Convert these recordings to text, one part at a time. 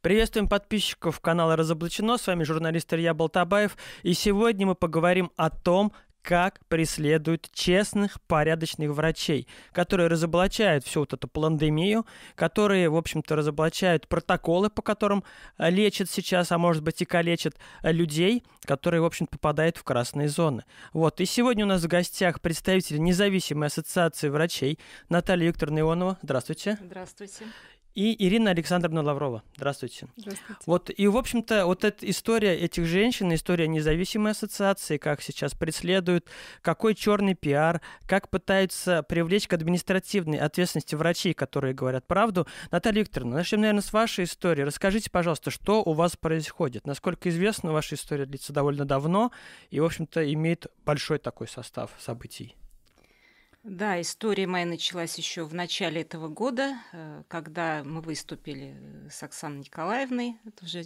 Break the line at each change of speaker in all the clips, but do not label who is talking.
Приветствуем подписчиков канала «Разоблачено». С вами журналист Илья Балтабаев. И сегодня мы поговорим о том, как преследуют честных, порядочных врачей, которые разоблачают всю вот эту пандемию, которые, в общем-то, разоблачают протоколы, по которым лечат сейчас, а может быть и калечат людей, которые, в общем, попадают в красные зоны. Вот. И сегодня у нас в гостях представитель независимой ассоциации врачей Наталья Викторовна Ионова. Здравствуйте.
Здравствуйте.
И Ирина Александровна Лаврова. Здравствуйте.
Здравствуйте.
Вот, и, в общем-то, вот эта история этих женщин, история независимой ассоциации, как сейчас преследуют, какой черный пиар, как пытаются привлечь к административной ответственности врачей, которые говорят правду. Наталья Викторовна, начнем, наверное, с вашей истории. Расскажите, пожалуйста, что у вас происходит? Насколько известно, ваша история длится довольно давно и, в общем-то, имеет большой такой состав событий.
Да, история моя началась еще в начале этого года, когда мы выступили с Оксаной Николаевной, это уже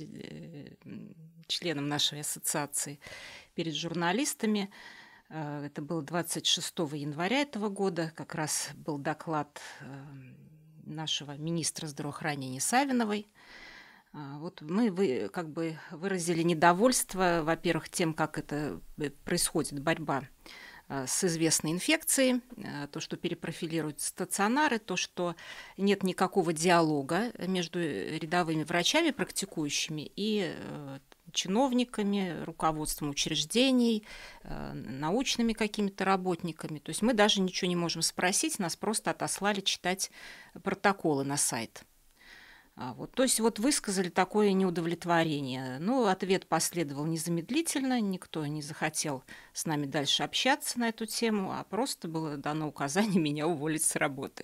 членом нашей ассоциации, перед журналистами. Это было 26 января этого года, как раз был доклад нашего министра здравоохранения Савиновой. Вот мы как бы выразили недовольство, во-первых, тем, как это происходит борьба с известной инфекцией, то, что перепрофилируют стационары, то, что нет никакого диалога между рядовыми врачами, практикующими, и чиновниками, руководством учреждений, научными какими-то работниками. То есть мы даже ничего не можем спросить, нас просто отослали читать протоколы на сайт. То есть высказали такое неудовлетворение. Ответ последовал незамедлительно, никто не захотел с нами дальше общаться на эту тему, а просто было дано указание меня уволить с работы.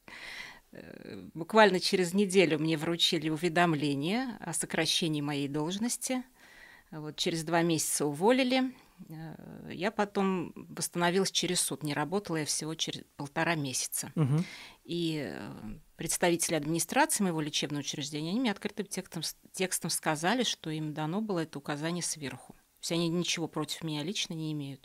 Буквально через неделю мне вручили уведомление о сокращении моей должности. Через 2 месяца уволили. Я потом восстановилась через суд. Не работала я всего через 1,5 месяца.
Угу.
И представители администрации моего лечебного учреждения, они мне открытым текстом сказали, что им дано было это указание сверху. То есть они ничего против меня лично не имеют.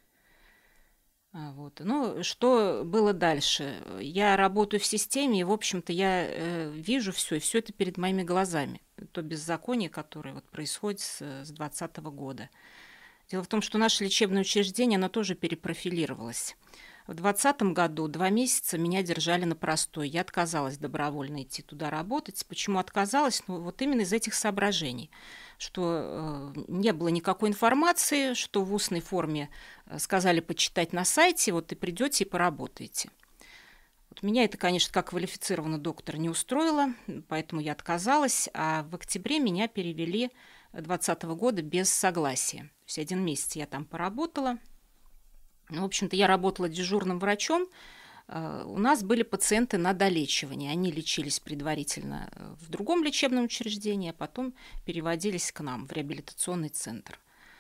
Что было дальше? Я работаю в системе, и, в общем-то, я вижу все, и все это перед моими глазами. То беззаконие, которое происходит с 2020 года. Дело в том, что наше лечебное учреждение, оно тоже перепрофилировалось. В 2020 году 2 месяца меня держали на простой. Я отказалась добровольно идти туда работать. Почему отказалась? Именно из этих соображений, что не было никакой информации, что в устной форме сказали почитать на сайте, и придете и поработаете. Меня это, конечно, как квалифицированный доктор не устроило, поэтому я отказалась, а в октябре меня перевели 2020 года без согласия. То есть 1 месяц я там поработала. В общем-то, я работала дежурным врачом. У нас были пациенты на долечивании. Они лечились предварительно в другом лечебном учреждении, а потом переводились к нам в реабилитационный центр.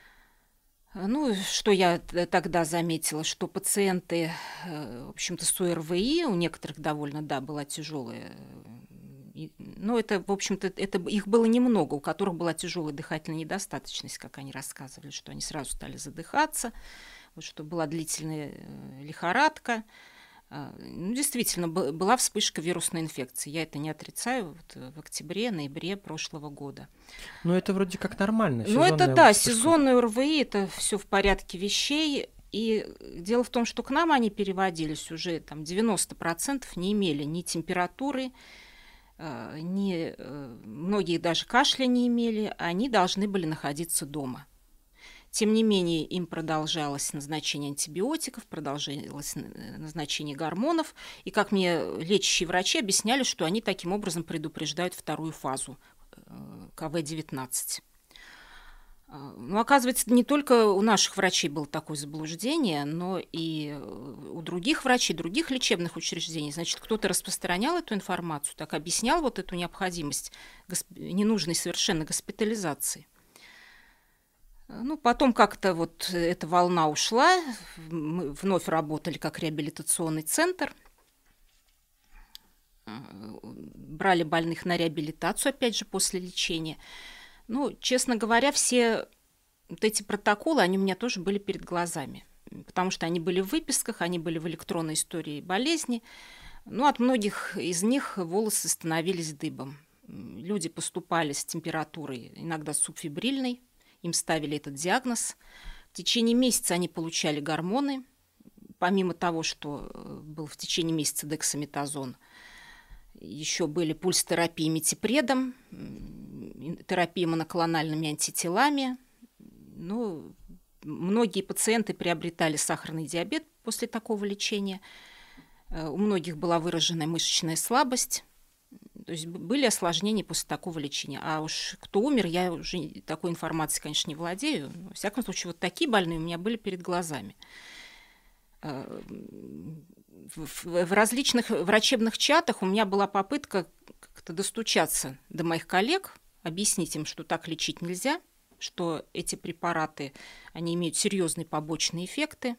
Что я тогда заметила, что пациенты, в общем-то, с ОРВИ, у некоторых довольно, была тяжелая. Это, в общем-то, их было немного, у которых была тяжелая дыхательная недостаточность, как они рассказывали, что они сразу стали задыхаться, что была длительная лихорадка. Действительно, была вспышка вирусной инфекции. Я это не отрицаю в октябре, ноябре прошлого года.
Это вроде как нормально.
Сезонная ОРВИ, это все в порядке вещей. И дело в том, что к нам они переводились уже 90% не имели ни температуры, многие даже кашля не имели, они должны были находиться дома. Тем не менее, им продолжалось назначение антибиотиков, продолжалось назначение гормонов. И, как мне лечащие врачи объясняли, что они таким образом предупреждают 2-ю фазу КВ-19. Оказывается, не только у наших врачей было такое заблуждение, но и у других врачей, других лечебных учреждений. Значит, кто-то распространял эту информацию, так объяснял эту необходимость ненужной совершенно госпитализации. Потом как-то эта волна ушла, мы вновь работали как реабилитационный центр, брали больных на реабилитацию, опять же, после лечения. Честно говоря, все эти протоколы, они у меня тоже были перед глазами, потому что они были в выписках, они были в электронной истории болезни. От многих из них волосы становились дыбом. Люди поступали с температурой, иногда субфебрильной, им ставили этот диагноз. В течение месяца они получали гормоны. Помимо того, что был в течение месяца дексаметазон, еще были пульс-терапии метипредом, терапия моноклональными антителами. Ну, многие пациенты приобретали сахарный диабет после такого лечения. У многих была выраженная мышечная слабость. То есть были осложнения после такого лечения. А уж кто умер, я уже такой информацией, конечно, не владею. Но, во всяком случае, вот такие больные у меня были перед глазами. В различных врачебных чатах у меня была попытка как-то достучаться до моих коллег, объяснить им, что так лечить нельзя, что эти препараты, они имеют серьезные побочные эффекты,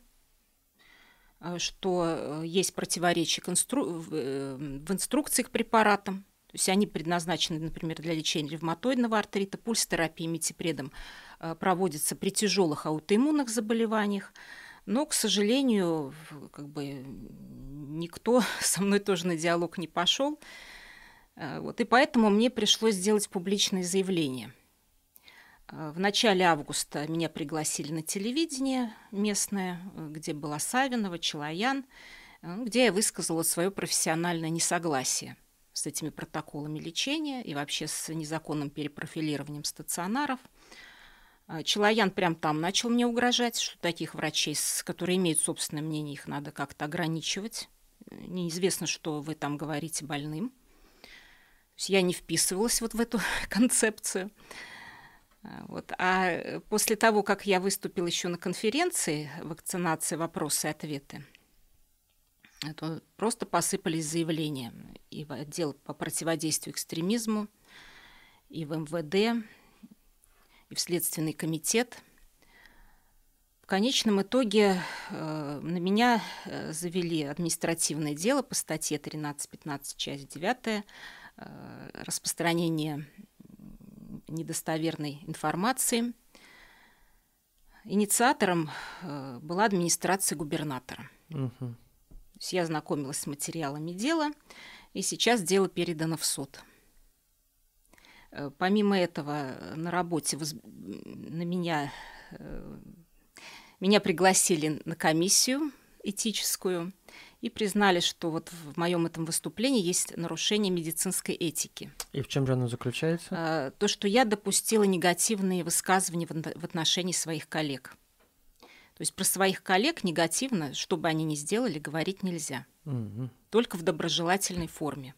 что есть противоречия в инструкции к препаратам. То есть они предназначены, например, для лечения ревматоидного артрита. Пульс-терапия метипредом проводится при тяжелых аутоиммунных заболеваниях. Но, к сожалению, как бы никто со мной тоже на диалог не пошел. Вот, и поэтому мне пришлось сделать публичное заявление. В начале августа меня пригласили на телевидение местное, где была Савинова, Челоян, где я высказала свое профессиональное несогласие с этими протоколами лечения и вообще с незаконным перепрофилированием стационаров. Челоян прям там начал мне угрожать, что таких врачей, которые имеют собственное мнение, их надо как-то ограничивать. Неизвестно, что вы там говорите больным. То есть я не вписывалась вот в эту концепцию. Вот. А после того, как я выступила еще на конференции «Вакцинация. Вопросы и ответы», то просто посыпались заявления и в отдел по противодействию экстремизму, и в МВД, и в Следственный комитет. В конечном итоге на меня завели административное дело по статье 13.15, часть 9, распространение недостоверной информации. Инициатором была администрация губернатора. То есть я ознакомилась с материалами дела, и сейчас дело передано в суд. Помимо этого, на работе меня пригласили на комиссию этическую и признали, что вот в моем этом выступлении есть нарушение медицинской этики.
И в чем же оно заключается?
То, что я допустила негативные высказывания в отношении своих коллег. То есть про своих коллег негативно, что бы они ни сделали, говорить нельзя. Только в доброжелательной форме.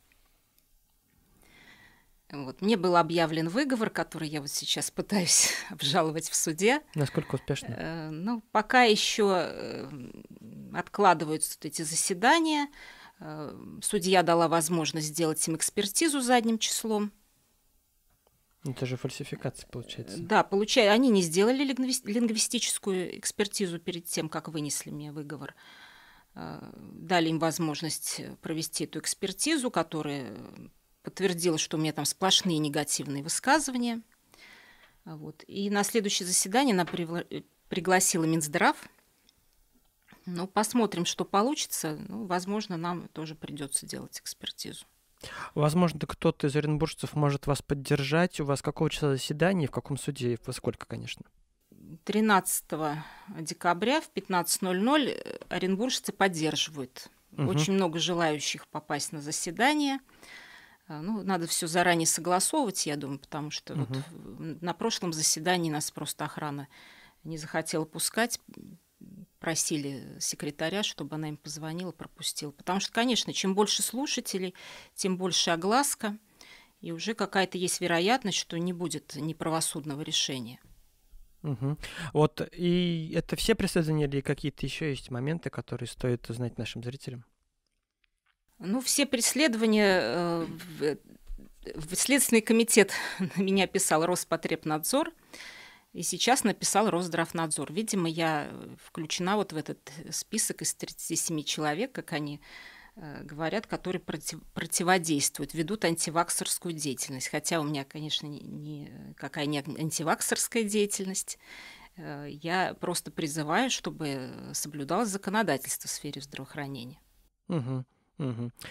Вот. Мне был объявлен выговор, который я вот сейчас пытаюсь обжаловать в суде.
Насколько успешно?
Ну, пока еще откладываются эти заседания. Судья дала возможность сделать им экспертизу задним числом.
Это же фальсификация, получается.
Да, они не сделали лингвистическую экспертизу перед тем, как вынесли мне выговор. Дали им возможность провести эту экспертизу, которая подтвердила, что у меня там сплошные негативные высказывания. Вот. И на следующее заседание она пригласила Минздрав. Ну, посмотрим, что получится. Ну, возможно, нам тоже придется делать экспертизу.
Возможно, кто-то из оренбуржцев может вас поддержать. У вас какого числа заседание, в каком суде, во сколько, конечно?
13 декабря в 15:00 оренбуржцы поддерживают. Очень много желающих попасть на заседание. Ну, надо все заранее согласовывать, я думаю, потому что вот на прошлом заседании нас просто охрана не захотела пускать. Просили секретаря, чтобы она им позвонила, пропустила. Потому что, конечно, чем больше слушателей, тем больше огласка, и уже какая-то есть вероятность, что не будет неправосудного решения.
Вот, и это все преследования или какие-то еще есть моменты, которые стоит узнать нашим зрителям?
Ну, все преследования... В Следственный комитет на меня писал Роспотребнадзор, и сейчас написал Росздравнадзор. Видимо, я включена вот в этот список из 37 человек, как они говорят, которые противодействуют, ведут антиваксерскую деятельность. Хотя у меня, конечно, никакая не антиваксерская деятельность. Я просто призываю, чтобы соблюдалось законодательство в сфере здравоохранения.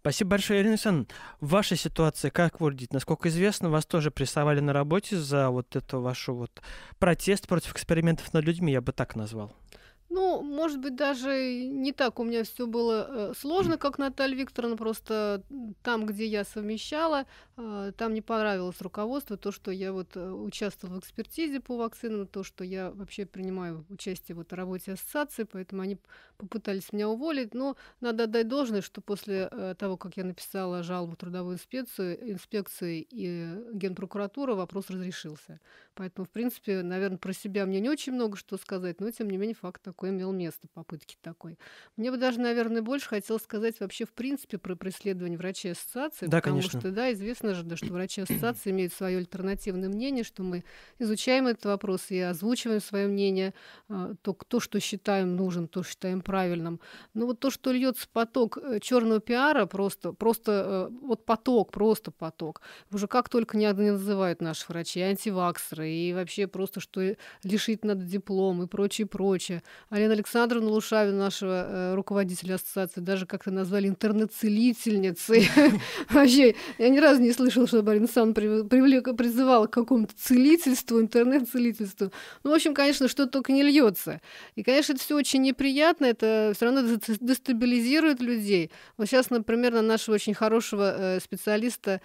Спасибо большое, Ирина Александровна. Ваша ситуация как выглядит? Насколько известно, вас тоже прессовали на работе за вот эту вашу вот протест против экспериментов над людьми, я бы так назвал.
Ну, может быть, даже не так у меня все было сложно, как Наталья Викторовна. Просто там, где я совмещала, там не понравилось руководству то, что я вот участвовала в экспертизе по вакцинам, то, что я вообще принимаю участие вот в работе ассоциации, поэтому они попытались меня уволить. Но надо отдать должное, что после того, как я написала жалобу в трудовую инспекцию и Генпрокуратуру, вопрос разрешился. Поэтому, в принципе, наверное, про себя мне не очень много что сказать, но, тем не менее, факт такой имел место, попытки такой. Мне бы даже, наверное, больше хотелось сказать вообще, в принципе, про преследование врачей ассоциации,
Да,
потому
конечно.
что, да, известно же, да, что врачи ассоциации имеют свое альтернативное мнение, что мы изучаем этот вопрос и озвучиваем свое мнение, то, что считаем нужным, то, что считаем правильным. Но вот то, что льется поток черного пиара, вот поток, просто поток. Уже как только не называют наших врачей, антиваксеры, и вообще просто, что лишить надо диплом и прочее, прочее. Алена Александровна Лушавина, нашего руководителя ассоциации, даже как-то назвали интернет-целительницей. Вообще, я ни разу не слышала, чтобы Алена Александровна призывала к какому-то целительству, интернет-целительству. Ну, в общем, конечно, что только не льется. И, конечно, это все очень неприятно, это все равно дестабилизирует людей. Вот сейчас, например, на нашего очень хорошего специалиста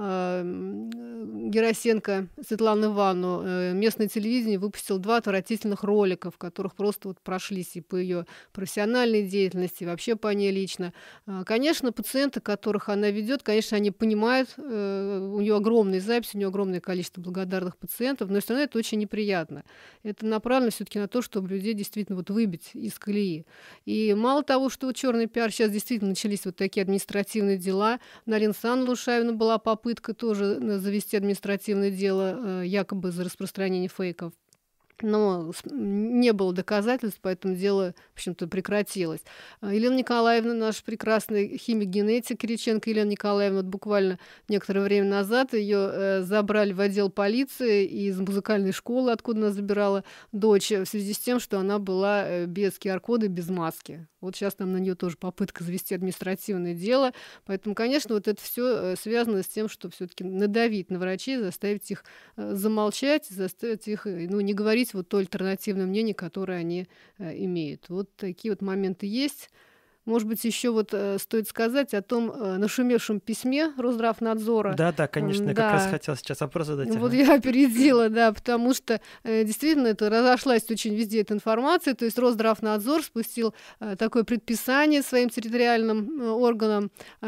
Герасенко Светлану Ивановну местное телевидение выпустил 2 отвратительных ролика, в которых просто вот прошлись и по ее профессиональной деятельности, и вообще по ней лично. Конечно, пациенты, которых она ведет, конечно, они понимают, у нее огромные записи, у нее огромное количество благодарных пациентов, но все равно это очень неприятно. Это направлено все-таки на то, чтобы людей действительно вот выбить из колеи. И мало того, что вот черный пиар, сейчас действительно начались вот такие административные дела. На Алину Александровну Лушавину была попытка тоже завести административное дело якобы за распространение фейков. Но не было доказательств, поэтому дело, в общем-то, прекратилось. Елена Николаевна, наш прекрасный химик-генетик Кириченко Елена Николаевна, вот буквально некоторое время назад ее забрали в отдел полиции из музыкальной школы, откуда она забирала дочь, в связи с тем, что она была без QR-кода, без маски. Вот сейчас там на нее тоже попытка завести административное дело. Поэтому, конечно, вот это все связано с тем, что все-таки надавить на врачей, заставить их замолчать, заставить их, ну, не говорить вот то альтернативное мнение, которое они имеют. Вот такие вот моменты есть. Может быть, еще вот стоит сказать о том нашумевшем письме Росздравнадзора.
Да, конечно, я как раз хотел сейчас вопрос задать.
Вот я опередила, да, потому что действительно это разошлась очень везде эта информация. То есть Росздравнадзор спустил такое предписание своим территориальным органам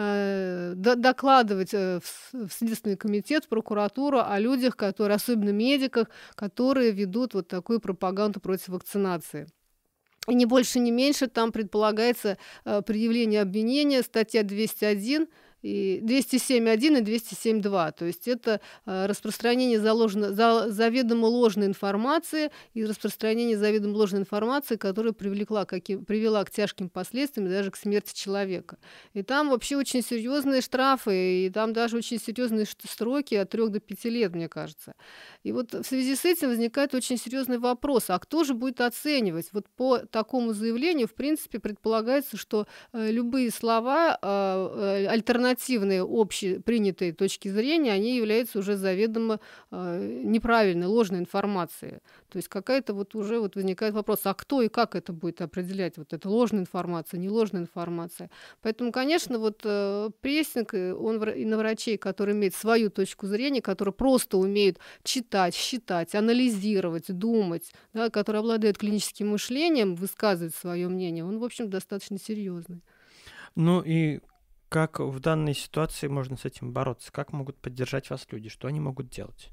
докладывать в Следственный комитет, в прокуратуру о людях, которые, особенно медиках, которые ведут вот такую пропаганду против вакцинации. И ни больше, ни меньше там предполагается предъявление обвинения, статья 201, и 207.1 и 207.2. То есть это распространение заведомо ложной информации и распространение заведомо ложной информации, которая привела к тяжким последствиям, даже к смерти человека. И там вообще очень серьезные штрафы, и там даже очень серьезные сроки от 3 до 5 лет, мне кажется. И вот в связи с этим возникает очень серьезный вопрос, а кто же будет оценивать? Вот по такому заявлению, в принципе, предполагается, что любые слова альтернативные общепринятой точки зрения, они являются уже заведомо неправильной, ложной информацией. То есть какая-то вот уже вот возникает вопрос, а кто и как это будет определять? Вот это ложная информация, не ложная информация. Поэтому, конечно, вот прессинг, он и на врачей, которые имеют свою точку зрения, которые просто умеют читать, считать, анализировать, думать, да, которые обладают клиническим мышлением, высказывать свое мнение, он, в общем, достаточно серьезный.
Ну и как в данной ситуации можно с этим бороться? Как могут поддержать вас люди? Что они могут делать?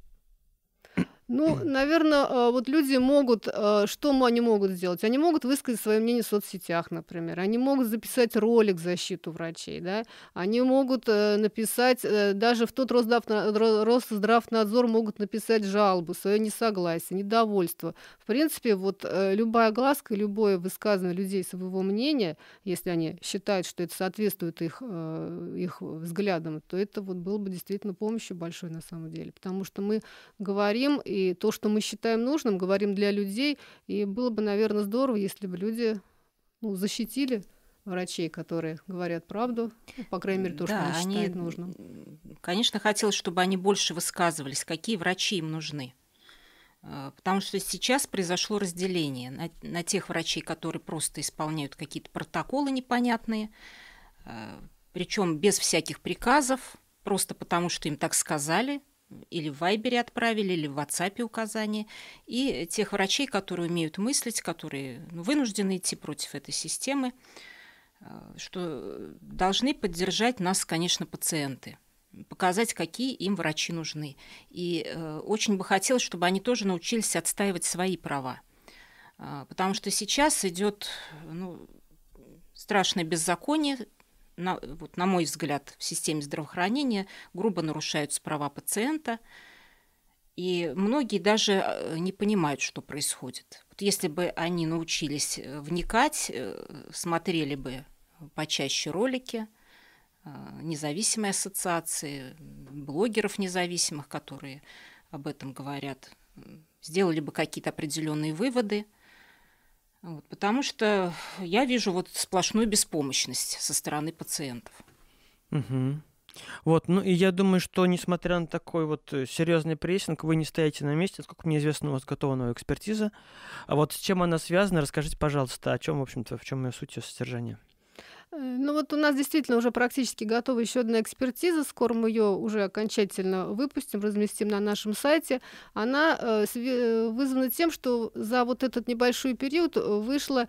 Ну, наверное, вот люди могут, что они могут сделать? Они могут высказать свое мнение в соцсетях, например. Они могут записать ролик в защиту врачей, да? Они могут написать, даже в тот Росздравнадзор могут написать жалобу, свое несогласие, недовольство. В принципе, вот любая огласка, любое высказывание людей своего мнения, если они считают, что это соответствует их взглядам, то это вот было бы действительно помощью большой на самом деле. Потому что мы говорим, и то, что мы считаем нужным, говорим для людей, и было бы, наверное, здорово, если бы люди защитили врачей, которые говорят правду, ну, по крайней мере, то, что
Да,
она считает нужным.
конечно, хотелось, чтобы они больше высказывались, какие врачи им нужны. Потому что сейчас произошло разделение на тех врачей, которые просто исполняют какие-то протоколы непонятные, причем без всяких приказов, просто потому что им так сказали, или в Вайбере отправили, или в WhatsApp указания, и тех врачей, которые умеют мыслить, которые вынуждены идти против этой системы, что должны поддержать нас, конечно, пациенты, показать, какие им врачи нужны. И очень бы хотелось, чтобы они тоже научились отстаивать свои права. Потому что сейчас идет страшное беззаконие, на мой взгляд, в системе здравоохранения грубо нарушаются права пациента, и многие даже не понимают, что происходит. Вот если бы они научились вникать, смотрели бы почаще ролики независимой ассоциации, блогеров независимых, которые об этом говорят, сделали бы какие-то определенные выводы. Потому что я вижу сплошную беспомощность со стороны пациентов.
Угу. И я думаю, что несмотря на такой серьезный прессинг, вы не стоите на месте. Насколько мне известно, у вас готова новая экспертиза. А с чем она связана, расскажите, пожалуйста, в чем ее суть, ее содержание?
У нас действительно уже практически готова еще одна экспертиза. Скоро мы ее уже окончательно выпустим, разместим на нашем сайте. Она вызвана тем, что за этот небольшой период вышло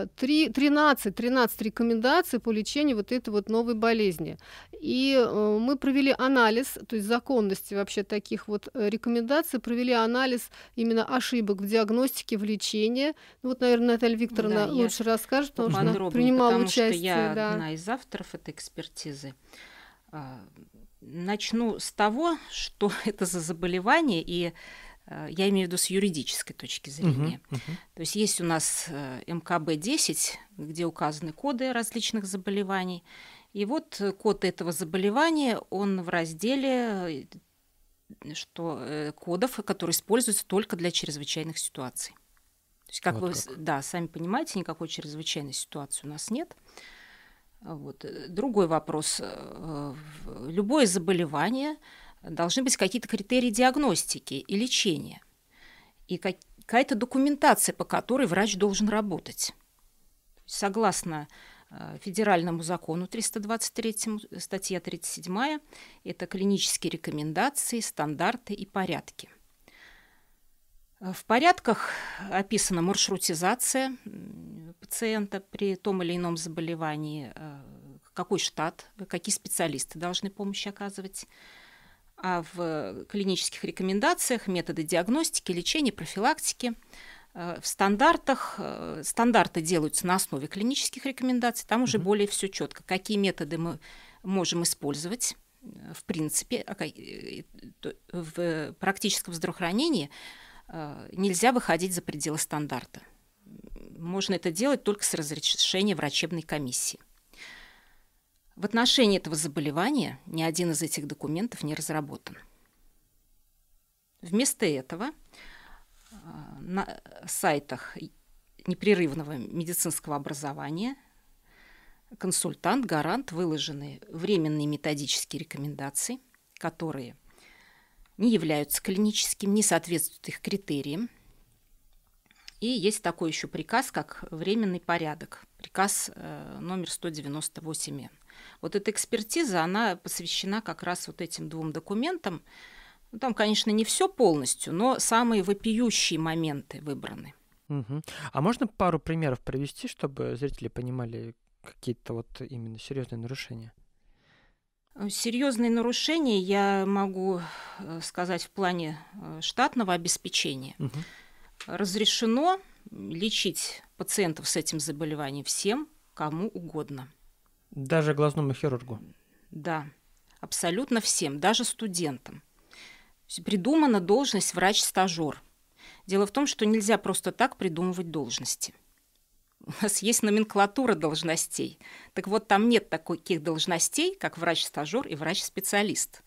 13 рекомендаций по лечению этой новой болезни. И мы провели анализ, то есть законности вообще таких рекомендаций, провели анализ именно ошибок в диагностике, в лечении. Наверное, Наталья Викторовна лучше расскажет, потому что она принимала участие.
Одна из авторов этой экспертизы. Начну с того, что это за заболевание, и я имею в виду с юридической точки зрения. То есть есть у нас МКБ-10, где указаны коды различных заболеваний. И код этого заболевания, он в разделе кодов, которые используются только для чрезвычайных ситуаций. То есть, как вы сами понимаете, никакой чрезвычайной ситуации у нас нет. Другой вопрос. Любое заболевание должны быть какие-то критерии диагностики и лечения. И какая-то документация, по которой врач должен работать. Согласно федеральному закону 323, статья 37, это клинические рекомендации, стандарты и порядки. В порядках описана маршрутизация пациента при том или ином заболевании, какой штат, какие специалисты должны помощь оказывать. А в клинических рекомендациях методы диагностики, лечения, профилактики. В стандартах стандарты делаются на основе клинических рекомендаций, там уже более все четко, какие методы мы можем использовать. В принципе, в практическом здравоохранении нельзя выходить за пределы стандарта. Можно это делать только с разрешения врачебной комиссии. В отношении этого заболевания ни один из этих документов не разработан. Вместо этого на сайтах непрерывного медицинского образования консультант, гарант выложены временные методические рекомендации, которые не являются клиническими, не соответствуют их критериям. И есть такой еще приказ, как временный порядок, приказ номер 198Н. Эта экспертиза, она посвящена как раз этим двум документам. Там, конечно, не все полностью, но самые вопиющие моменты выбраны.
А можно пару примеров привести, чтобы зрители понимали какие-то именно серьезные нарушения?
Серьезные нарушения я могу сказать в плане штатного обеспечения. Разрешено лечить пациентов с этим заболеванием всем, кому угодно.
Даже глазному хирургу?
Да, абсолютно всем, даже студентам. Придумана должность врач-стажер. Дело в том, что нельзя просто так придумывать должности. У нас есть номенклатура должностей. Так там нет таких должностей, как врач-стажер и врач-специалист,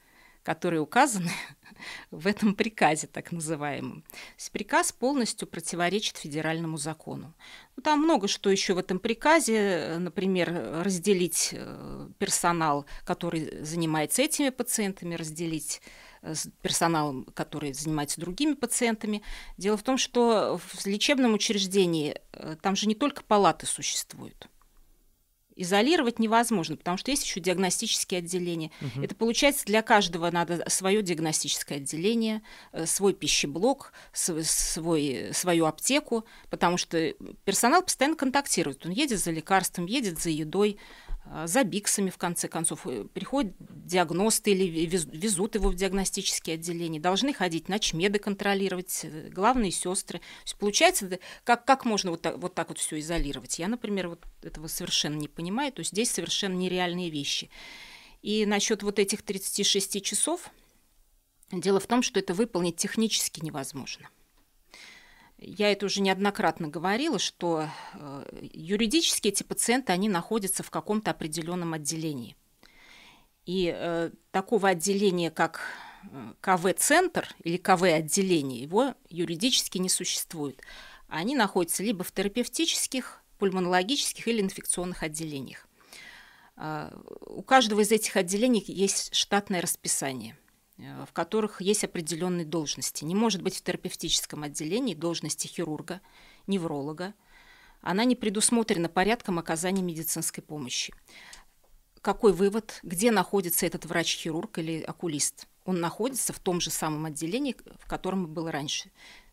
которые указаны в этом приказе, так называемом. То есть приказ полностью противоречит федеральному закону. Там много что еще в этом приказе, например, разделить персонал, который занимается этими пациентами, разделить с персоналом, который занимается другими пациентами. Дело в том, что в лечебном учреждении там же не только палаты существуют. Изолировать невозможно, потому что есть еще диагностические отделения. Это получается, для каждого надо свое диагностическое отделение, свой пищеблок, свою аптеку, потому что персонал постоянно контактирует. Он едет за лекарством, едет за едой, за биксами, в конце концов. Приходят диагносты или везут его в диагностические отделения. Должны ходить начмеды контролировать, главные сестры. То есть получается, как можно вот так вот все изолировать? Я, например, вот этого совершенно не понимаю. То есть здесь совершенно нереальные вещи. И насчет вот этих 36 часов, дело в том, что это выполнить технически невозможно. Я это уже неоднократно говорила, что юридически эти пациенты, они находятся в каком-то определенном отделении. И такого отделения, как КВ-центр или КВ-отделение, его юридически не существует. Они находятся либо в терапевтических, пульмонологических или инфекционных отделениях. У каждого из этих отделений есть штатное расписание, в которых есть определенные должности. Не может быть в терапевтическом отделении должности хирурга, невролога. Она не предусмотрена порядком оказания медицинской помощи. Какой вывод? Где находится этот врач-хирург или окулист? Он находится в том же самом отделении, в котором был раньше.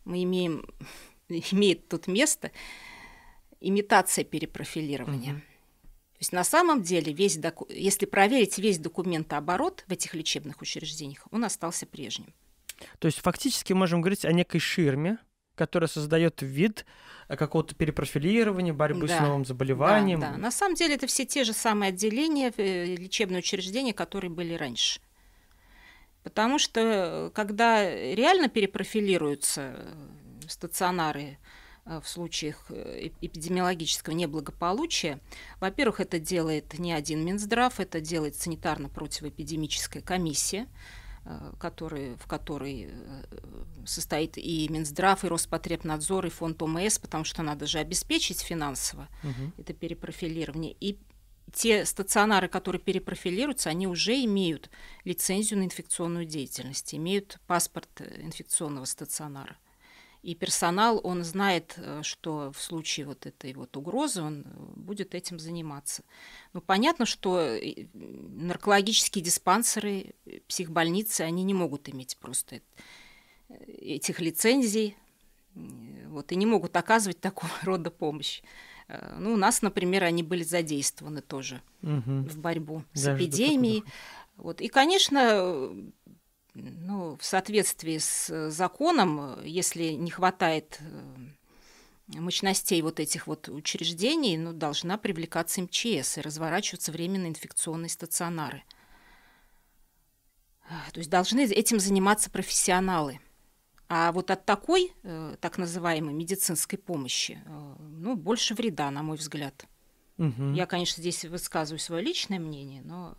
Имеет тут место имитация перепрофилирования. То есть на самом деле, если проверить весь документооборот в этих лечебных учреждениях, он остался прежним.
То есть фактически можем говорить о некой ширме, которая создает вид какого-то перепрофилирования, борьбы с новым заболеванием.
Да. На самом деле это все те же самые отделения, лечебные учреждения, которые были раньше. Потому что когда реально перепрофилируются стационары в случаях эпидемиологического неблагополучия, во-первых, это делает не один Минздрав, это делает санитарно-противоэпидемическая комиссия, в которой состоит и Минздрав, и Роспотребнадзор, и фонд ОМС, потому что надо же обеспечить финансово это перепрофилирование. И те стационары, которые перепрофилируются, они уже имеют лицензию на инфекционную деятельность, имеют паспорт инфекционного стационара. И персонал, он знает, что в случае вот этой вот угрозы он будет этим заниматься. Ну, понятно, что наркологические диспансеры, психбольницы, они не могут иметь просто этих лицензий, вот, и не могут оказывать такого рода помощь. Ну, у нас, например, они были задействованы тоже в борьбу с эпидемией. Вот. И, конечно, в соответствии с законом, если не хватает мощностей вот этих вот учреждений, должна привлекаться МЧС и разворачиваться временно инфекционные стационары. То есть должны этим заниматься профессионалы. А вот от такой, так называемой, медицинской помощи, больше вреда, на мой взгляд. Я, конечно, здесь высказываю свое личное мнение, но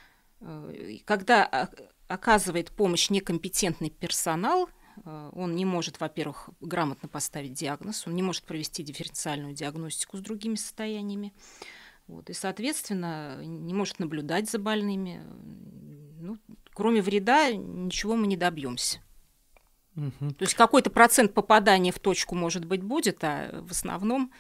когда оказывает помощь некомпетентный персонал, он не может, во-первых, грамотно поставить диагноз, он не может провести дифференциальную диагностику с другими состояниями, вот, и, соответственно, не может наблюдать за больными. Кроме вреда ничего мы не добьемся. То есть какой-то процент попадания в точку, может быть, будет, а в основном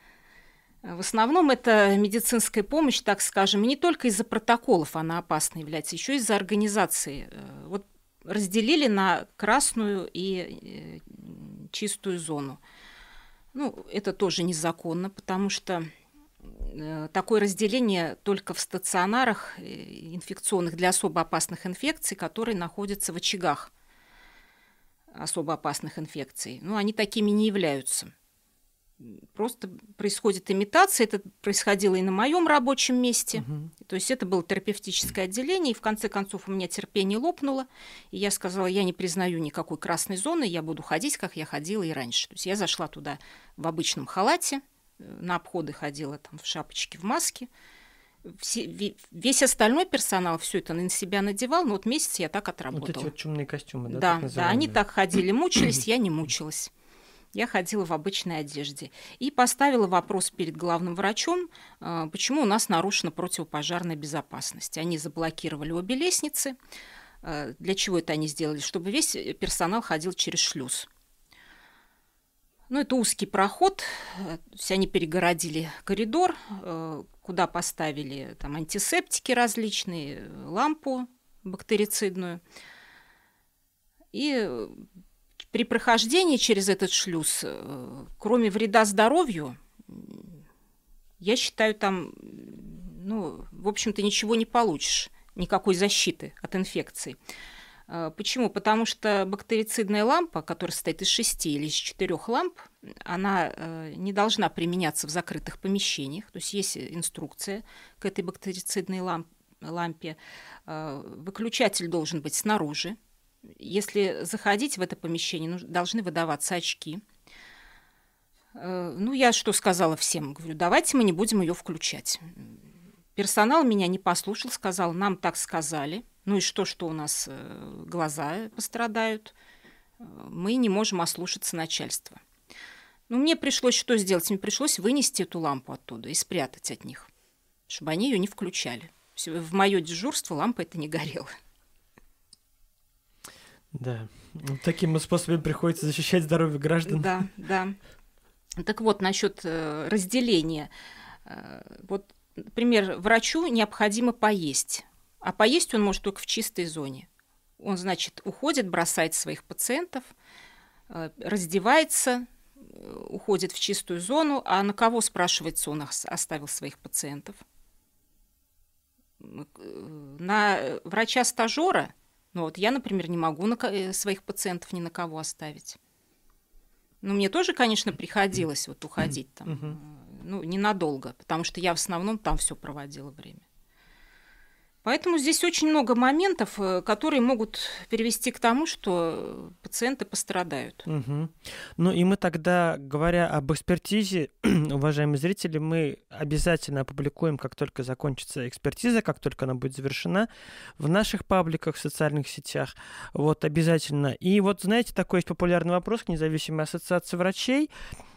это медицинская помощь, так скажем, и не только из-за протоколов она опасной является, еще из-за организации. Вот разделили на красную и чистую зону. Это тоже незаконно, потому что такое разделение только в стационарах инфекционных для особо опасных инфекций, которые находятся в очагах особо опасных инфекций. Они такими не являются. Просто происходит имитация. Это происходило и на моем рабочем месте. То есть это было терапевтическое отделение, и в конце концов у меня терпение лопнуло, и я сказала, я не признаю никакой красной зоны, я буду ходить, как я ходила и раньше. То есть я зашла туда в обычном халате, на обходы ходила там в шапочке, в маске, Весь остальной персонал все это на себя надевал, но вот месяц я так отработала.
Вот эти вот чумные костюмы, да?
Да, да, они так ходили, мучились, я не мучилась. Я ходила в обычной одежде. И поставила вопрос перед главным врачом, почему у нас нарушена противопожарная безопасность. Они заблокировали обе лестницы. Для чего это они сделали? Чтобы весь персонал ходил через шлюз. Ну, это узкий проход, то есть они перегородили коридор, куда поставили там антисептики различные, лампу бактерицидную. И при прохождении через этот шлюз, кроме вреда здоровью, я считаю, там, ну, в общем-то, ничего не получишь, никакой защиты от инфекций. Почему? Потому что бактерицидная лампа, которая состоит из 6 или из 4 ламп, она не должна применяться в закрытых помещениях. То есть есть инструкция к этой бактерицидной лампе. Выключатель должен быть снаружи. Если заходить в это помещение, должны выдаваться очки. Ну, я что сказала всем? Говорю, давайте мы не будем ее включать. Персонал меня не послушал, сказал, нам так сказали. Ну и что у нас глаза пострадают? Мы не можем ослушаться начальства. Ну, мне пришлось что сделать? Мне пришлось вынести эту лампу оттуда и спрятать от них, чтобы они ее не включали. В мое дежурство лампа эта не горела.
Да, таким способом приходится защищать здоровье граждан.
Да, да. Так вот, насчет разделения. Вот, например, врачу необходимо поесть. А поесть он может только в чистой зоне. Он, значит, уходит, бросает своих пациентов, раздевается, уходит в чистую зону. А на кого, спрашивается, он оставил своих пациентов? На врача-стажера? Ну вот я, например, не могу своих пациентов ни на кого оставить. Ну, мне тоже, конечно, приходилось вот уходить там, ну, ненадолго, потому что я в основном там все проводила время. Поэтому здесь очень много моментов, которые могут привести к тому, что пациенты пострадают.
Ну и мы тогда, говоря об экспертизе, уважаемые зрители, мы обязательно опубликуем, как только закончится экспертиза, как только она будет завершена, в наших пабликах в социальных сетях. Вот обязательно. И вот, знаете, такой есть популярный вопрос к независимой ассоциации врачей.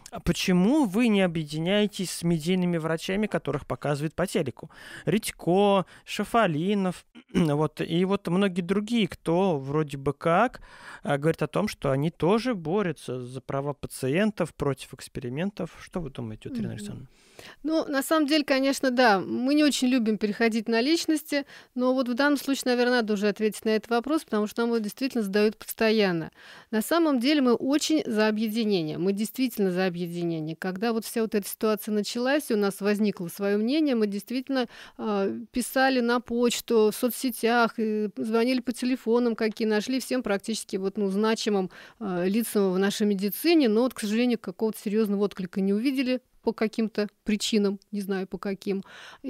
Почему вы не объединяетесь с медийными врачами, которых показывают по телеку? Редько, Шафалинов, вот, и вот многие другие, кто вроде бы как говорит о том, что они тоже борются за права пациентов, против экспериментов. Что вы думаете, Ирина Александровна?
Ну, на самом деле, конечно, да, мы не очень любим переходить на личности, но вот в данном случае, наверное, надо уже ответить на этот вопрос, потому что нам его действительно задают постоянно. На самом деле мы очень за объединение, мы действительно за объединение. Когда вот вся вот эта ситуация началась, и у нас возникло свое мнение, мы действительно писали на почту, в соцсетях, звонили по телефонам, какие нашли всем практически вот, ну, значимым лицам в нашей медицине, но вот, к сожалению, какого-то серьезного отклика не увидели по каким-то причинам, не знаю по каким.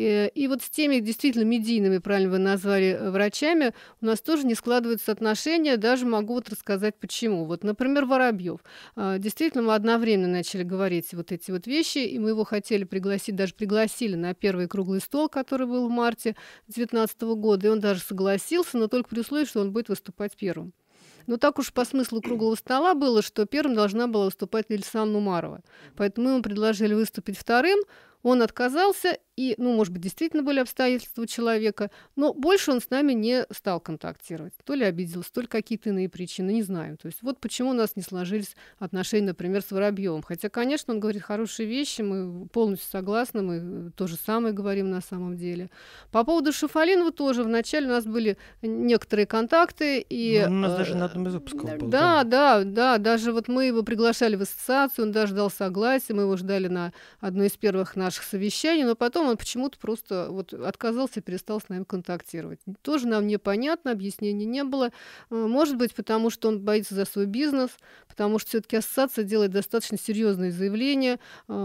И вот с теми действительно медийными, правильно вы назвали, врачами, у нас тоже не складываются отношения, даже могу вот рассказать почему. Вот, например, Воробьев. Действительно, мы одновременно начали говорить вот эти вот вещи, и мы его хотели пригласить, даже пригласили на первый круглый стол, который был в марте 2019 года, и он даже согласился, но только при условии, что он будет выступать первым. Но так уж по смыслу круглого стола было, что первым должна была выступать Лилисан Умарова. Поэтому мы ему предложили выступить вторым. Он отказался, и, ну, может быть, действительно были обстоятельства у человека, но больше он с нами не стал контактировать. То ли обиделся, то ли какие-то иные причины, не знаю. То есть вот почему у нас не сложились отношения, например, с Воробьевым. Хотя, конечно, он говорит хорошие вещи, мы полностью согласны, мы то же самое говорим на самом деле. По поводу Шафалинова тоже. Вначале у нас были некоторые контакты. И,
у нас даже на одном из выпусков был.
Да, даже вот мы его приглашали в ассоциацию, он даже дал согласие, мы его ждали на одной из первых наших совещаний, но потом он почему-то просто вот отказался, перестал с нами контактировать. Тоже нам непонятно, объяснений не было. Может быть, потому что он боится за свой бизнес, потому что все-таки ассоциация делает достаточно серьезные заявления.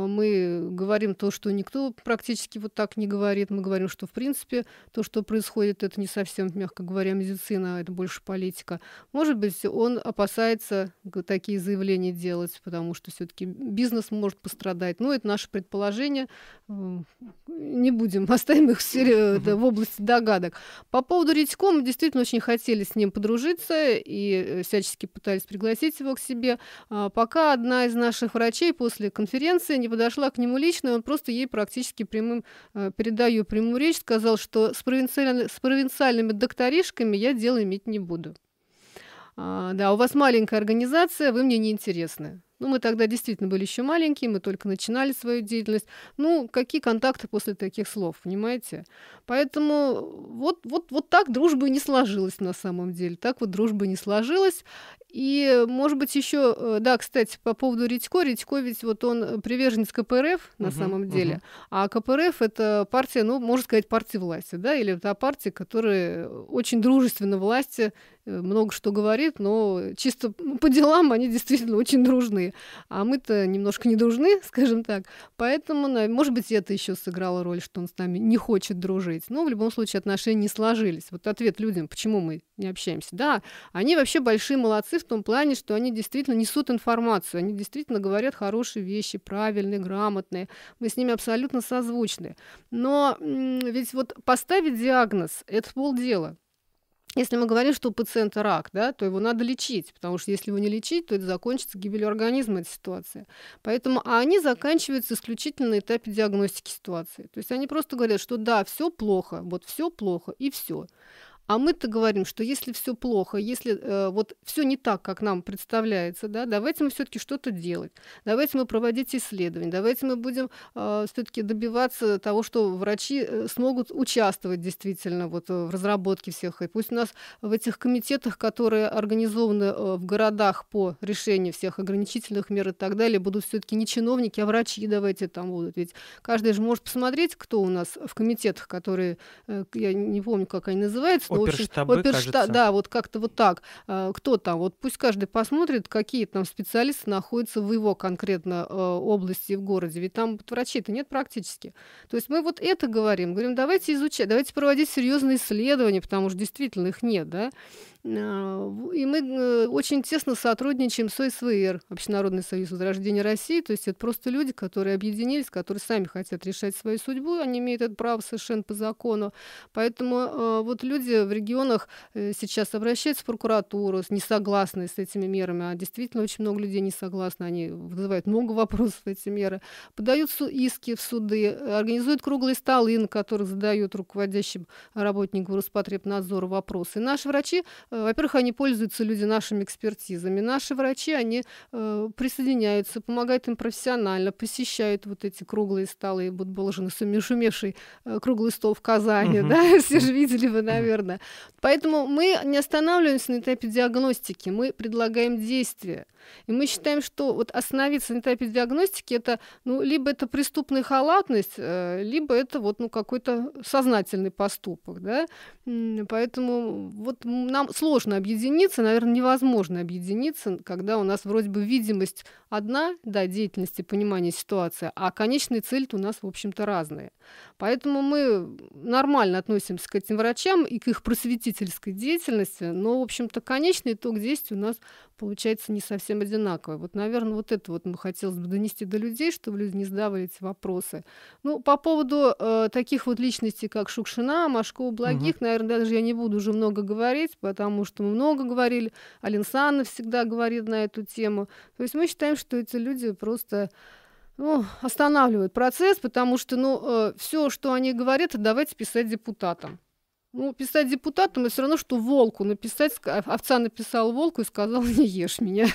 Мы говорим то, что никто практически вот так не говорит. Мы говорим, что в принципе то, что происходит, это не совсем, мягко говоря, медицина, это больше политика. Может быть, он опасается такие заявления делать, потому что все-таки бизнес может пострадать. Ну, это наше предположение. не будем, оставим их в сфере, в области догадок. По поводу Редько мы действительно очень хотели с ним подружиться и всячески пытались пригласить его к себе, пока одна из наших врачей после конференции не подошла к нему лично, и он просто ей практически передаю прямую речь, сказал, что с провинциальными докторишками я дело иметь не буду. Да, у вас маленькая организация, вы мне не интересны. Ну, мы тогда действительно были еще маленькие, мы только начинали свою деятельность. Ну, какие контакты после таких слов, понимаете? Поэтому вот так дружба и не сложилась на самом деле. Так вот дружба не сложилась. И, может быть, еще, да, кстати, по поводу Редько. Редько ведь вот он приверженец КПРФ на самом деле. А КПРФ — это партия, ну, можно сказать, партия власти, да, или та партия, которая очень дружественна власти, много что говорит, но чисто по делам они действительно очень дружны. А мы-то немножко не дружны, скажем так. Поэтому, может быть, это еще сыграло роль, что он с нами не хочет дружить. Но в любом случае отношения не сложились. Вот ответ людям, почему мы не общаемся. Да, они вообще большие молодцы в том плане, что они действительно несут информацию, они действительно говорят хорошие вещи, правильные, грамотные. Мы с ними абсолютно созвучны. Но ведь вот поставить диагноз – это полдела. Если мы говорим, что у пациента рак, да, то его надо лечить, потому что если его не лечить, то это закончится гибелью организма, эта ситуация. Поэтому они заканчиваются исключительно на этапе диагностики ситуации. То есть они просто говорят, что да, все плохо, вот все плохо и все. А мы-то говорим, что если все плохо, если вот все не так, как нам представляется, да, давайте мы все-таки что-то делать, давайте мы проводить исследования, давайте мы будем все-таки добиваться того, что врачи смогут участвовать действительно вот в разработке всех. И пусть у нас в этих комитетах, которые организованы в городах по решению всех ограничительных мер и так далее, будут все-таки не чиновники, а врачи, давайте там будут. Ведь каждый же может посмотреть, кто у нас в комитетах, которые, я не помню, как они называются,
Оперштабы, кажется.
Да, вот как-то вот так. Кто там? Вот пусть каждый посмотрит, какие там специалисты находятся в его конкретно области в городе. Ведь там врачей-то нет практически. То есть мы вот это говорим, давайте изучать, давайте проводить серьезные исследования, потому что действительно их нет, да. И мы очень тесно сотрудничаем с ОСВР, Общенародный союз возрождения России. То есть это просто люди, которые объединились, которые сами хотят решать свою судьбу, они имеют это право совершенно по закону. Поэтому вот люди в регионах сейчас обращаются в прокуратуру, не согласны с этими мерами, а действительно очень много людей не согласны, они вызывают много вопросов, эти меры, подают иски в суды, организуют круглые столы, на которых задают руководящим работникам Роспотребнадзора вопросы. И наши врачи, во-первых, они пользуются, люди, нашими экспертизами. Наши врачи, они присоединяются, помогают им профессионально, посещают вот эти круглые столы. Вот был уже нашумевший круглый стол в Казани, да, все же видели вы, наверное. Поэтому мы не останавливаемся на этапе диагностики, мы предлагаем действия. И мы считаем, что вот остановиться на этапе диагностики, это, ну, либо это преступная халатность, либо это вот, ну, какой-то сознательный поступок, да. Поэтому вот нам сложно объединиться, наверное, невозможно объединиться, когда у нас вроде бы видимость одна, да, деятельности, понимание ситуации, а конечные цели-то у нас, в общем-то, разные. Поэтому мы нормально относимся к этим врачам и к их просветительской деятельности, но, в общем-то, конечный итог действий у нас получается не совсем одинаковый. Вот, наверное, вот это вот мы хотелось бы донести до людей, чтобы люди не задавали эти вопросы. Ну, по поводу таких вот личностей, как Шукшина, Машкова, Благих, наверное, даже я не буду уже много говорить, потому что мы много говорили, Алина Санна всегда говорит на эту тему. То есть мы считаем, что эти люди просто останавливают процесс, потому что, все, что они говорят, давайте писать депутатам. Ну, писать депутатам, это все равно, что волку написать. Овца написала волку и сказала: не ешь меня.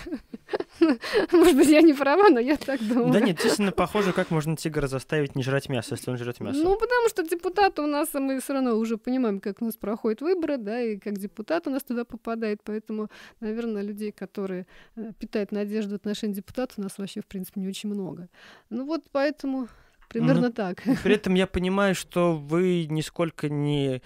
Может быть, я не права, но я так думаю.
Да нет, действительно похоже, как можно тигра заставить не жрать мясо, если он жрет мясо.
Ну, потому что депутаты у нас, мы все равно уже понимаем, как у нас проходят выборы, да, и как депутат у нас туда попадает. Поэтому, наверное, людей, которые питают надежду в отношении депутатов, у нас вообще, в принципе, не очень много. Ну вот поэтому примерно так.
При этом я понимаю, что вы нисколько не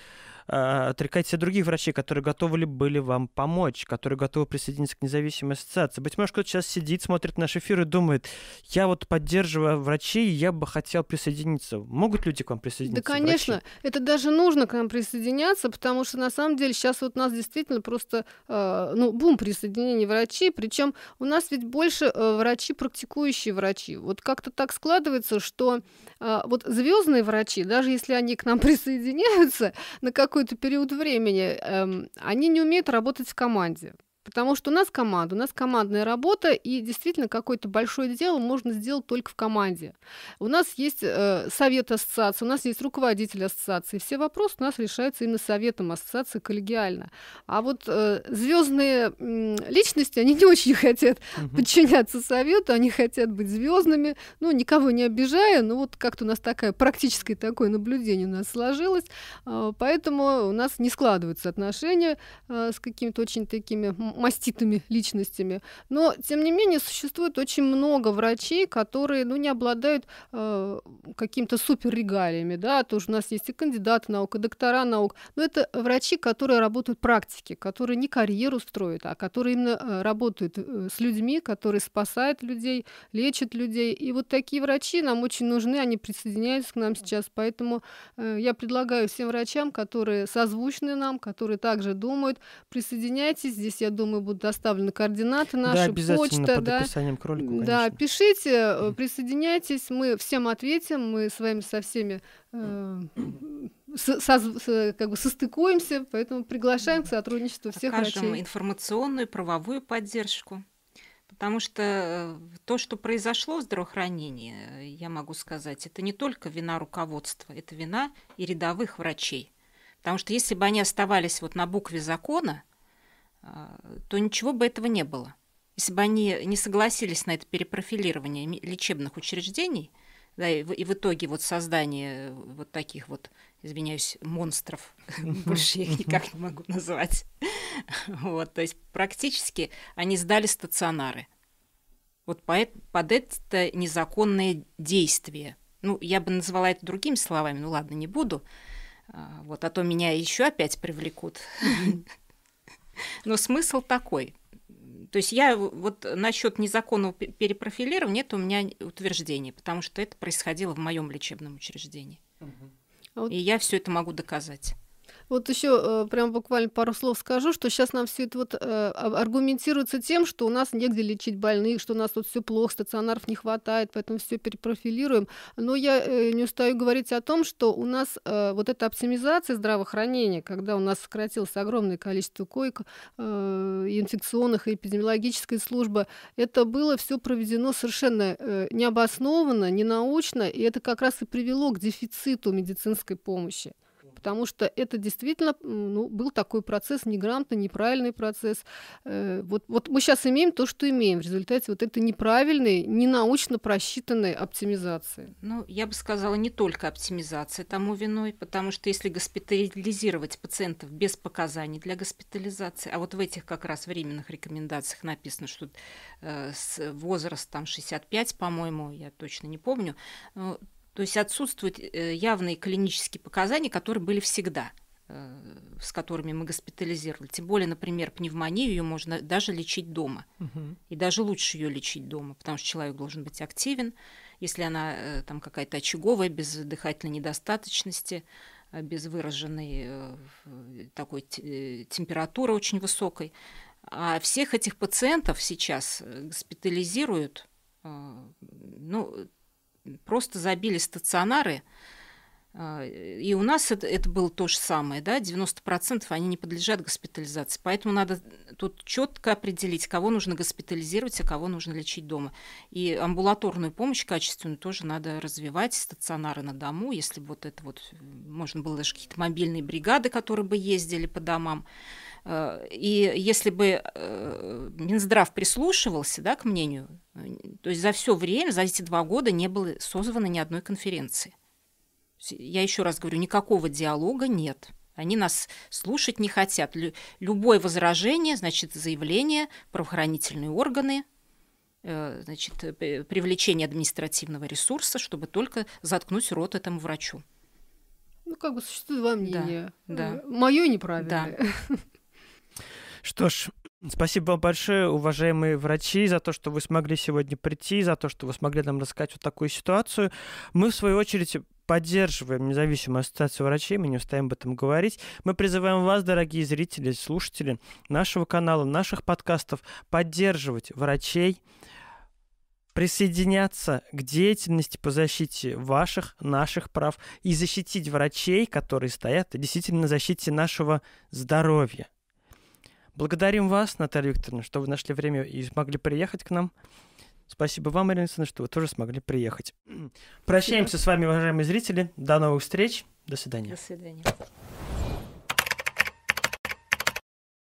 отрекаетесь от других врачей, которые готовы ли были вам помочь, которые готовы присоединиться к независимой ассоциации. Быть может, кто-то сейчас сидит, смотрит наш эфир и думает, я вот поддерживаю врачей, я бы хотел присоединиться. Могут люди к вам присоединиться?
Да, конечно.
Врачи?
Это даже нужно к нам присоединяться, потому что на самом деле сейчас вот у нас действительно просто бум присоединения врачей, причем у нас ведь больше врачи, практикующие врачи. Вот как-то так складывается, что вот звездные врачи, даже если они к нам присоединяются на какой-то период времени, они не умеют работать в команде. Потому что у нас команда, у нас командная работа, и действительно какое-то большое дело можно сделать только в команде. У нас есть совет ассоциации, у нас есть руководитель ассоциации. Все вопросы у нас решаются именно советом ассоциации коллегиально. А вот звездные личности, они не очень хотят подчиняться совету, они хотят быть звездными, никого не обижая, но вот как-то у нас практическое такое наблюдение у нас сложилось, поэтому у нас не складываются отношения с какими-то очень такими маститыми личностями. Но, тем не менее, существует очень много врачей, которые не обладают какими-то суперрегалиями. Да? Тоже у нас есть и кандидаты наук, и доктора наук. Но это врачи, которые работают в практике, которые не карьеру строят, а которые именно работают с людьми, которые спасают людей, лечат людей. И вот такие врачи нам очень нужны, они присоединяются к нам сейчас. Поэтому я предлагаю всем врачам, которые созвучны нам, которые также думают, присоединяйтесь. Здесь, я думаю, будут доставлены координаты наши,
да, обязательно
почта.
под описанием к ролику, конечно.
Да, пишите, присоединяйтесь, мы всем ответим, мы с вами со всеми состыкуемся, поэтому приглашаем к сотрудничеству всех
Окажем
врачей.
Информационную, правовую поддержку. Потому что то, что произошло в здравоохранении, я могу сказать, это не только вина руководства, это вина и рядовых врачей. Потому что если бы они оставались вот на букве закона, то ничего бы этого не было. Если бы они не согласились на это перепрофилирование лечебных учреждений, да, и в итоге вот создание вот таких вот, извиняюсь, монстров, больше я их никак не могу назвать, вот, то есть практически они сдали стационары. Вот под это незаконное действие. Я бы назвала это другими словами, ладно, не буду, вот, а то меня еще опять привлекут. Но смысл такой. То есть я вот насчет незаконного перепрофилирования, это у меня утверждение, потому что это происходило в моем лечебном учреждении. И я все это могу доказать.
Вот еще прям буквально пару слов скажу, что сейчас нам все это вот аргументируется тем, что у нас негде лечить больных, что у нас тут все плохо, стационаров не хватает, поэтому все перепрофилируем. Но я не устаю говорить о том, что у нас вот эта оптимизация здравоохранения, когда у нас сократилось огромное количество коек, и инфекционных, и эпидемиологической службы, это было все проведено совершенно необоснованно, ненаучно, и это как раз и привело к дефициту медицинской помощи. Потому что это действительно был такой процесс, неграмотный, неправильный процесс. Вот мы сейчас имеем то, что имеем в результате вот этой неправильной, ненаучно просчитанной оптимизации.
Я бы сказала, не только оптимизация тому виной, потому что если госпитализировать пациентов без показаний для госпитализации, а вот в этих как раз временных рекомендациях написано, что с возрастом 65, по-моему, я точно не помню, то есть отсутствуют явные клинические показания, которые были всегда, с которыми мы госпитализировали. Тем более, например, пневмонию ее можно даже лечить дома. И даже лучше ее лечить дома, потому что человек должен быть активен. Если она там какая-то очаговая, без дыхательной недостаточности, без выраженной такой температуры очень высокой. А всех этих пациентов сейчас госпитализируют, просто забили стационары, и у нас это было то же самое, да, 90% они не подлежат госпитализации, поэтому надо тут четко определить, кого нужно госпитализировать, а кого нужно лечить дома. И амбулаторную помощь качественную тоже надо развивать, стационары на дому, если бы вот это вот, можно было даже какие-то мобильные бригады, которые бы ездили по домам. И если бы Минздрав прислушивался, да, к мнению, то есть за все время, за эти 2 года не было созвано ни одной конференции. Я еще раз говорю, никакого диалога нет. Они нас слушать не хотят. Любое возражение, значит, заявление, правоохранительные органы, значит, привлечение административного ресурса, чтобы только заткнуть рот этому врачу.
Ну, как бы существует два мнения.
Да.
Мое неправильное.
Да.
Что ж, спасибо вам большое, уважаемые врачи, за то, что вы смогли сегодня прийти, за то, что вы смогли нам рассказать вот такую ситуацию. Мы, в свою очередь, поддерживаем независимую ассоциацию врачей, мы не устаем об этом говорить. Мы призываем вас, дорогие зрители, слушатели нашего канала, наших подкастов, поддерживать врачей, присоединяться к деятельности по защите ваших, наших прав и защитить врачей, которые стоят действительно на защите нашего здоровья. Благодарим вас, Наталья Викторовна, что вы нашли время и смогли приехать к нам. Спасибо вам, Марина Александровна, что вы тоже смогли приехать. Прощаемся с вами, уважаемые зрители. До новых встреч. До свидания.
До свидания.